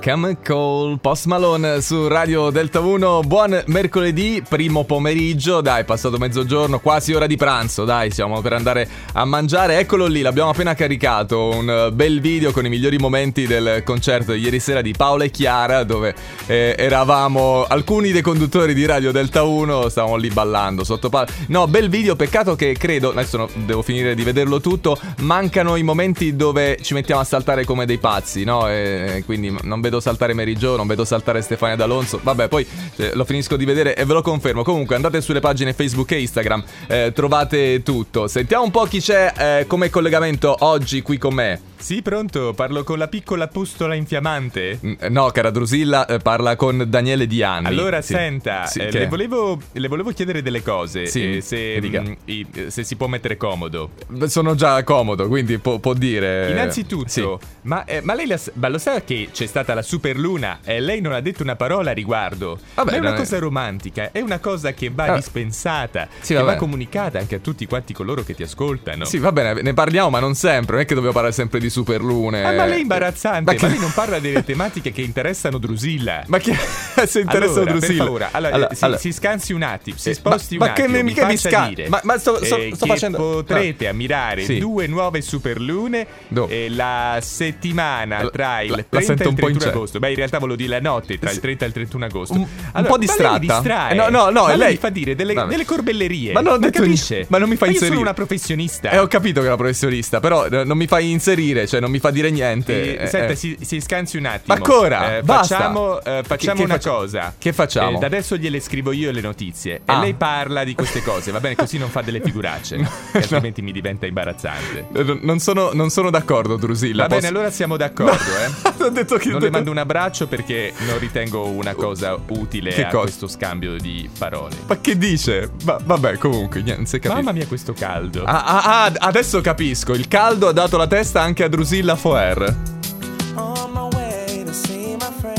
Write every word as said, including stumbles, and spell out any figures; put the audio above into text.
Chemical, Post Malone su Radio Delta uno. Buon mercoledì, primo pomeriggio, dai, passato mezzogiorno, quasi ora di pranzo, dai, siamo per andare a mangiare. Eccolo lì, l'abbiamo appena caricato, un bel video con i migliori momenti del concerto di ieri sera di Paola e Chiara, dove eh, eravamo alcuni dei conduttori di Radio Delta uno, stavamo lì ballando sotto pal- No, bel video, peccato che credo, adesso no, devo finire di vederlo tutto, mancano i momenti dove ci mettiamo a saltare come dei pazzi, no? E quindi non vedo saltare Mary Jo, non vedo saltare Stefania D'Alonso. Vabbè, poi eh, lo finisco di vedere e ve lo confermo. Comunque andate sulle pagine Facebook e Instagram, eh, trovate tutto. Sentiamo un po' chi c'è eh, come collegamento oggi qui con me. Sì, pronto, parlo con la piccola pustola infiammante? No, cara Drusilla, eh, parla con Daniele Dianni. Allora, sì. senta, sì, eh, che... le, volevo, le volevo chiedere delle cose, sì, eh, se, mh, i, se si può mettere comodo. Sono già comodo, quindi può, può dire... Innanzitutto, sì. ma, eh, ma lei la, ma lo sa che c'è stata la Superluna e lei non ha detto una parola a riguardo? Vabbè, ma è una è... cosa romantica, è una cosa che va ah. dispensata, sì, che vabbè. va comunicata anche a tutti quanti coloro che ti ascoltano. Sì, va bene, ne parliamo, ma non sempre, non è che dobbiamo parlare sempre di Superlune. Ah, ma lei è imbarazzante, ma, che... ma lei non parla delle tematiche che interessano Drusilla. Ma che se interessa allora, Drusilla? Per favore, allora, allora, si, allora. si scansi un attimo, si eh, sposti ma, un attimo, ma che mi, mi, che mi sca- dire ma, ma sto, sto, eh, sto che facendo potrete ah. ammirare sì. due nuove superlune eh, la settimana la, tra il la, trenta la e il trentuno in agosto. Beh, in realtà volevo dire la notte tra sì. il trenta e il trentuno agosto. Un, allora, un po' distratta. Ma lei mi distrae. Eh, no, no, no, ma lei mi fa dire delle, delle corbellerie. Ma non ho ma detto capisce? N- ma non mi fa ma inserire. Io sono una professionista. Eh, ho capito che è una professionista, però eh, non mi fai inserire, cioè non mi fa dire niente. Eh, eh, senta, eh. si, si scansi un attimo. Ma ancora? Eh, Basta. Facciamo, eh, facciamo che, una che faccia- cosa. Che facciamo? Eh, da adesso gliele scrivo io le notizie ah. e lei parla di queste cose, va bene? Così non fa delle figuracce, no. Che altrimenti mi diventa imbarazzante. Non sono, non sono d'accordo, Drusilla. Va posso... bene, allora siamo d'accordo, no. eh. Ho detto che non le mando un abbraccio perché non ritengo una cosa utile che a cosa? questo scambio di parole. Ma che dice? Ma, vabbè, comunque, niente, si è capito. Mamma mia, questo caldo. Ah, ah, ah, adesso capisco. Il caldo ha dato la testa anche a Drusilla Foer. On my way to see my friend.